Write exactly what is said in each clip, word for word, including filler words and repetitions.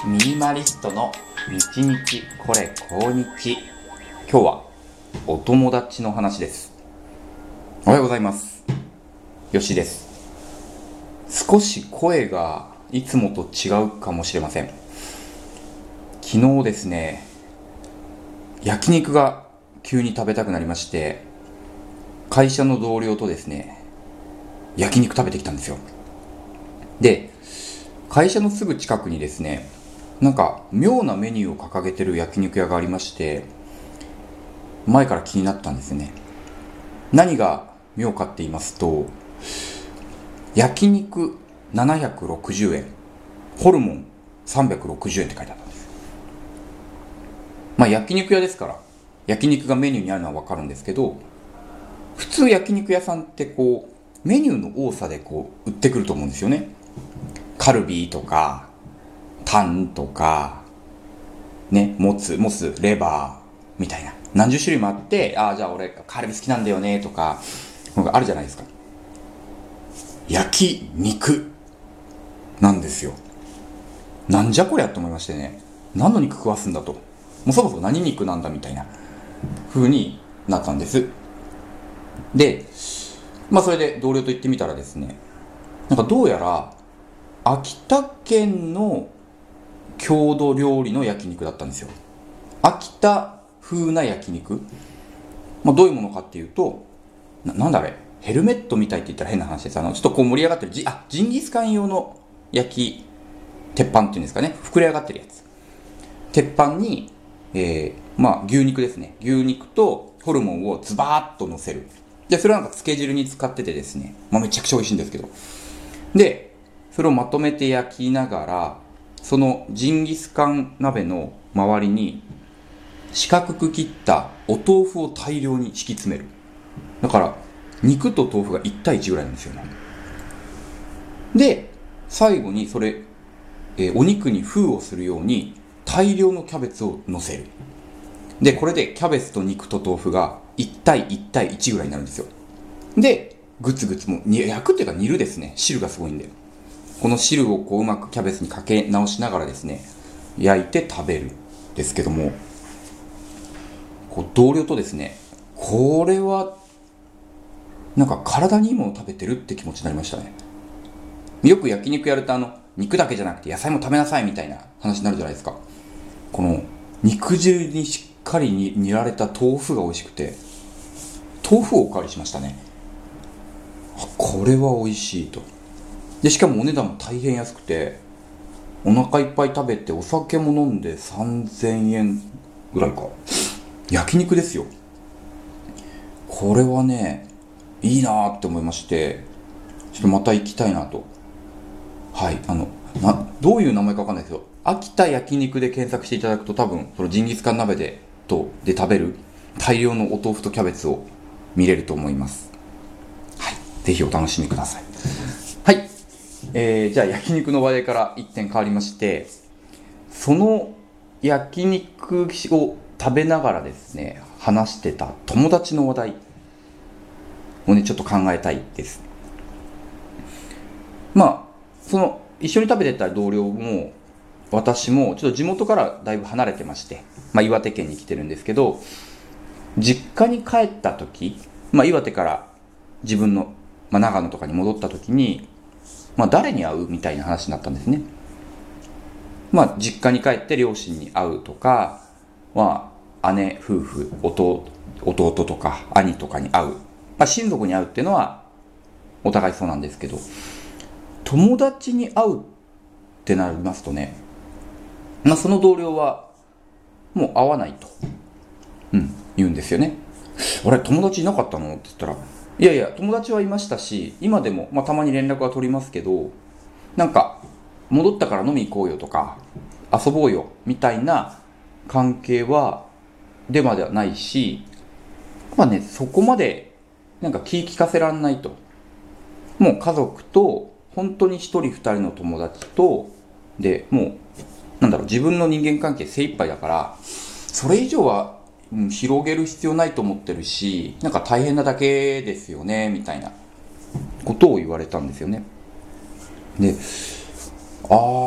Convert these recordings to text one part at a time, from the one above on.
ミニマリストの日日これ今日。今日はお友達の話です。おはようございます。よしです。少し声がいつもと違うかもしれません。昨日ですね、焼肉が急に食べたくなりまして、会社の同僚とですね、焼肉食べてきたんですよ。で、会社のすぐ近くにですね、なんか妙なメニューを掲げてる焼肉屋がありまして、前から気になったんですね。何が妙かって言いますと、焼肉ななひゃくろくじゅうえん、ホルモンさんびゃくろくじゅうえんって書いてあったんです。まあ焼肉屋ですから焼肉がメニューにあるのはわかるんですけど、普通焼肉屋さんってこうメニューの多さでこう売ってくると思うんですよね。カルビとかタンとかね、もつ、モス、レバーみたいな何十種類もあって、ああじゃあ俺カルビ好きなんだよねとかのがあるじゃないですか。焼肉なんですよ。なんじゃこりゃと思いましてね、何の肉食わすんだと、もうそもそも何肉なんだみたいな風になったんです。で、まあそれで同僚と行ってみたらですね、なんかどうやら秋田県の郷土料理の焼肉だったんですよ。秋田風な焼肉、まあ、どういうものかっていうと、ななんだあれ、ヘルメットみたいって言ったら変な話です。あのちょっとこう盛り上がってるじあジンギスカン用の焼き鉄板っていうんですかね、膨れ上がってるやつ、鉄板に、えー、まあ牛肉ですね、牛肉とホルモンをズバーッと乗せる。でそれはなんか漬け汁に使っててですね、まあ、めちゃくちゃ美味しいんですけど、でそれをまとめて焼きながら、そのジンギスカン鍋の周りに四角く切ったお豆腐を大量に敷き詰める。だから肉と豆腐がいち対いちぐらいなんですよね。で最後にそれ、えーお肉に封をするように大量のキャベツを乗せる。でこれでキャベツと肉と豆腐がいち対いち対いちぐらいになるんですよ。でグツグツ、もう焼くっていうか煮るですね、汁がすごいんで、この汁をこううまくキャベツにかけ直しながらですね、焼いて食べるですけども、こう同僚とですね、これはなんか体にいいものを食べてるって気持ちになりましたね。よく焼肉やると、あの肉だけじゃなくて野菜も食べなさいみたいな話になるじゃないですか。この肉汁にしっかりに煮られた豆腐が美味しくて、豆腐をおかわりしましたね。あ、これは美味しいと。でしかもお値段も大変安くて、お腹いっぱい食べてお酒も飲んでさんぜんえんぐらいか。焼肉ですよ。これはね、いいなーって思いまして、ちょっとまた行きたいなと。はい、あのなどういう名前かわかんないですけど、秋田焼肉で検索していただくと、多分そのジンギスカン鍋でとで食べる大量のお豆腐とキャベツを見れると思います。はい、ぜひお楽しみください。はい、えー、じゃあ焼肉の話題から一点変わりまして、その焼肉を食べながらですね、話してた友達の話題をね、ちょっと考えたいです。まあその一緒に食べてた同僚も私もちょっと地元からだいぶ離れてまして、まあ、岩手県に来てるんですけど、実家に帰った時、まあ、岩手から自分の、まあ、長野とかに戻った時に、まあ、誰に会うみたいな話になったんですね。まあ実家に帰って両親に会うとか、まあ姉夫婦弟弟とか兄とかに会う、まあ、親族に会うっていうのはお互いそうなんですけど、友達に会うってなりますとね、まあ、その同僚はもう会わないと、うん、言うんですよね。俺友達いなかったのって言ったら、いやいや友達はいましたし、今でも、まあ、たまに連絡は取りますけど、なんか戻ったから飲み行こうよとか遊ぼうよみたいな関係はデマではないし、まあね、そこまでなんか気利かせらんないと。もう家族と本当に一人二人の友達とで、もうなんだろう、自分の人間関係精一杯だから、それ以上は、うん、広げる必要ないと思ってるし、なんか大変なだけですよねみたいなことを言われたんですよね。で、ああ、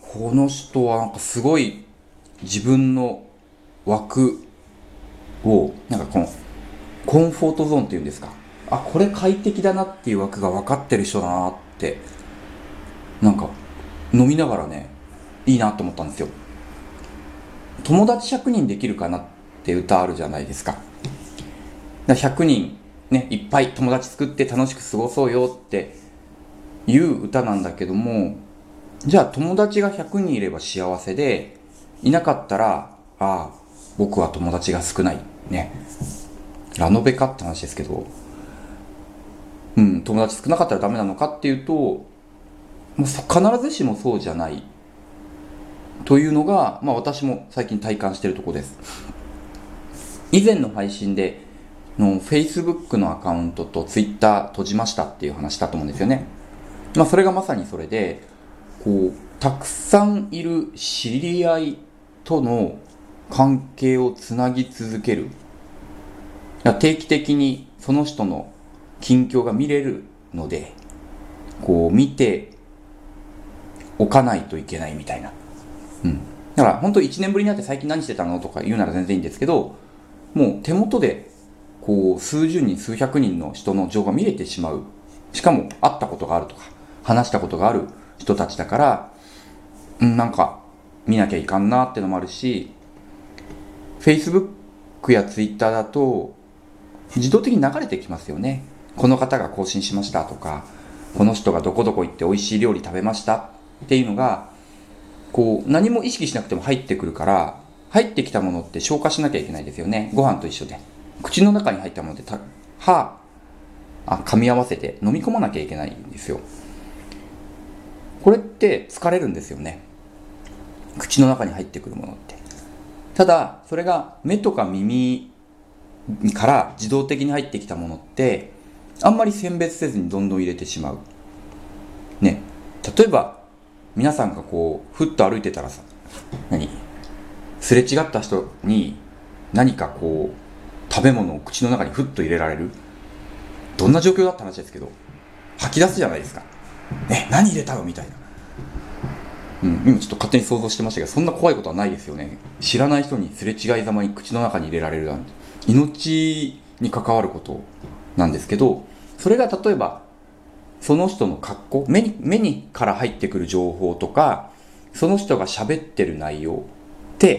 この人はなんかすごい自分の枠を、なんかこのコンフォートゾーンっていうんですか、あ、これ快適だなっていう枠が分かってる人だなって、なんか飲みながらね、いいなと思ったんですよ。友達ひゃくにんできるかなって歌あるじゃないですか。だからひゃくにんね、いっぱい友達作って楽しく過ごそうよっていう歌なんだけども、じゃあ友達がひゃくにんいれば幸せで、いなかったら、ああ、僕は友達が少ないね、ラノベかって話ですけど、うん、友達少なかったらダメなのかっていうと、もう必ずしもそうじゃないというのが、まあ私も最近体感しているところです。以前の配信での Facebook のアカウントと Twitter 閉じましたっていう話したと思うんですよね。まあそれがまさにそれで、こうたくさんいる知り合いとの関係をつなぎ続ける、定期的にその人の近況が見れるので、こう見ておかないといけないみたいな。うん。だから本当いちねんぶりになって最近何してたのとか言うなら全然いいんですけど、もう手元でこう数十人数百人の人の情報が見れてしまう。しかも会ったことがあるとか話したことがある人たちだから、うん、なんか見なきゃいかんなってのもあるし、Facebook や Twitter だと自動的に流れてきますよね。この方が更新しましたとか、この人がどこどこ行って美味しい料理食べましたっていうのが、こう何も意識しなくても入ってくるから、入ってきたものって消化しなきゃいけないですよね。ご飯と一緒で。口の中に入ったものでた、歯、あ、噛み合わせて飲み込まなきゃいけないんですよ。これって疲れるんですよね。口の中に入ってくるものって。ただ、それが目とか耳から自動的に入ってきたものって、あんまり選別せずにどんどん入れてしまう。ね。例えば、皆さんがこう、ふっと歩いてたらさ、何すれ違った人に何かこう、食べ物を口の中にふっと入れられる。どんな状況だった話ですけど、吐き出すじゃないですか。ね、何入れたのみたいな。うん、今ちょっと勝手に想像してましたけど、そんな怖いことはないですよね。知らない人にすれ違いざまに口の中に入れられるなんて、命に関わることなんですけど、それが例えば、その人の格好、目に、目にから入ってくる情報とか、その人が喋ってる内容って、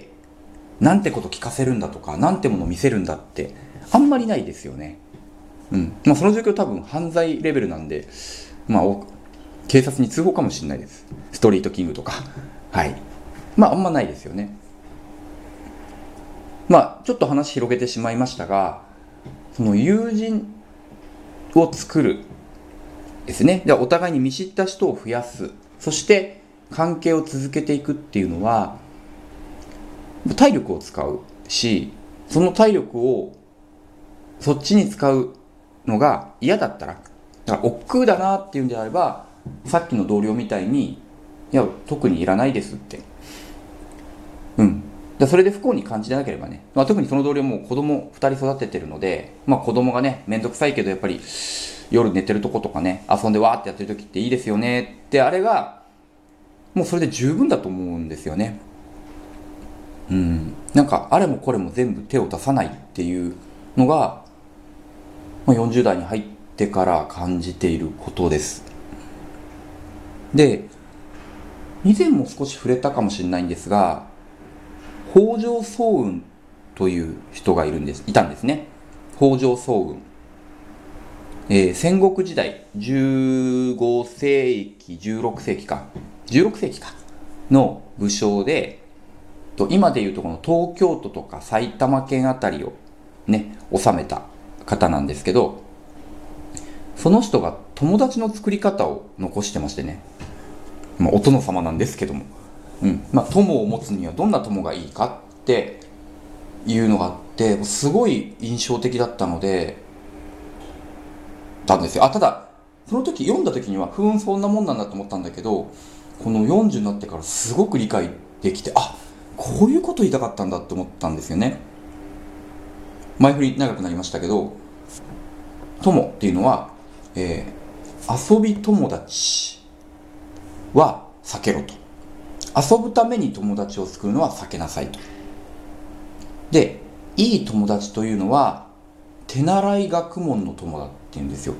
なんてこと聞かせるんだとか、なんてもの見せるんだって、あんまりないですよね。うん。まあその状況多分犯罪レベルなんで、まあ警察に通報かもしれないです。ストリートキングとか。はい。まああんまないですよね。まあちょっと話広げてしまいましたが、その友人を作るですね。ではお互いに見知った人を増やす。そして関係を続けていくっていうのは、体力を使うし、その体力をそっちに使うのが嫌だったら、だから億劫だなっていうんであれば、さっきの同僚みたいに、いや、特にいらないですって。うん。でそれで不幸に感じてなければね、まあ、特にその同僚も子供ふたり育ててるので、まあ子供がね、めんどくさいけどやっぱり夜寝てるとことかね、遊んでわーってやってる時っていいですよねって、あれが、もうそれで十分だと思うんですよね。うん。なんか、あれもこれも全部手を出さないっていうのが、まあ、よんじゅう代に入ってから感じていることです。で、以前も少し触れたかもしれないんですが、北条早雲という人がいるんです、いたんですね。北条早雲。えー、戦国時代、じゅうご世紀、じゅうろく世紀か、じゅうろく世紀か、の武将で、今でいうとこの東京都とか埼玉県あたりをね、治めた方なんですけど、その人が友達の作り方を残してましてね、まあ、お殿様なんですけども、うん、まあ、友を持つにはどんな友がいいかっていうのがあって、すごい印象的だったので、たんですよ。あ、ただ、その時読んだ時には、ふーん、そんなもんなんだと思ったんだけど、このよんじゅうになってからすごく理解できて、あ、こういうこと言いたかったんだって思ったんですよね。前振り長くなりましたけど、友っていうのは、えー、遊び友達は避けろと。 遊ぶために友達を作るのは避けなさいと。で、いい友達というのは手習い学問の友だっていうんですよ。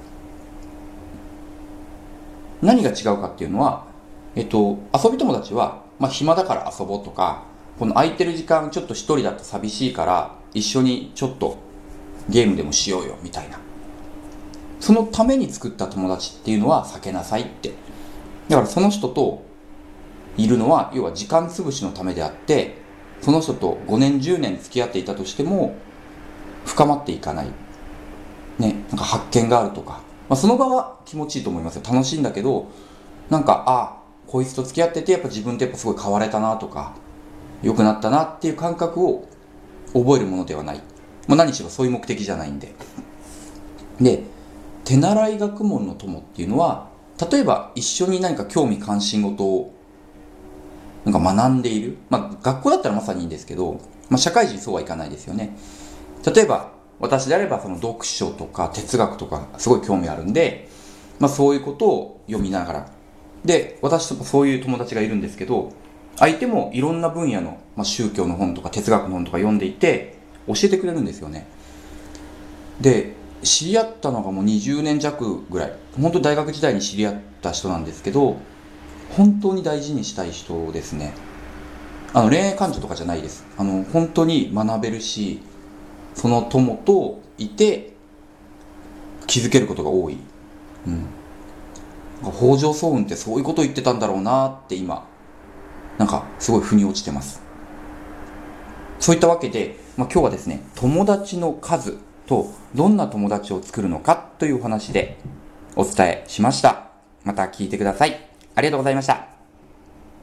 何が違うかっていうのは、えっと、遊び友達は、まあ、暇だから遊ぼうとか、この空いてる時間ちょっと一人だと寂しいから一緒にちょっとゲームでもしようよみたいな、そのために作った友達っていうのは避けなさいって。だからその人といるのは要は時間潰しのためであって、その人とごねんじゅうねん付き合っていたとしても深まっていかないね、なんか発見があるとか、まあ、その場は気持ちいいと思いますよ。楽しいんだけど、なんかあこいつと付き合っててやっぱ自分ってやっぱすごい変われたなとか良くなったなっていう感覚を覚えるものではない。まあ、何しろそういう目的じゃないんで。で、手習い学問の友っていうのは、例えば一緒に何か興味関心事をなんか学んでいる。まあ学校だったらまさにいいんですけど、まあ社会人そうはいかないですよね。例えば私であればその読書とか哲学とかすごい興味あるんで、まあそういうことを読みながら。で、私とかそういう友達がいるんですけど、相手もいろんな分野の、まあ、宗教の本とか哲学の本とか読んでいて教えてくれるんですよね。で、知り合ったのがもうにじゅうねん弱ぐらい、本当に大学時代に知り合った人なんですけど、本当に大事にしたい人ですね。あの恋愛感情とかじゃないです。あの本当に学べるし、その友といて気づけることが多い。うん。北条早雲ってそういうこと言ってたんだろうなって今なんかすごい腑に落ちてます。そういったわけで、まあ、今日はですね、友達の数とどんな友達を作るのかというお話でお伝えしました。また聞いてください。ありがとうございました。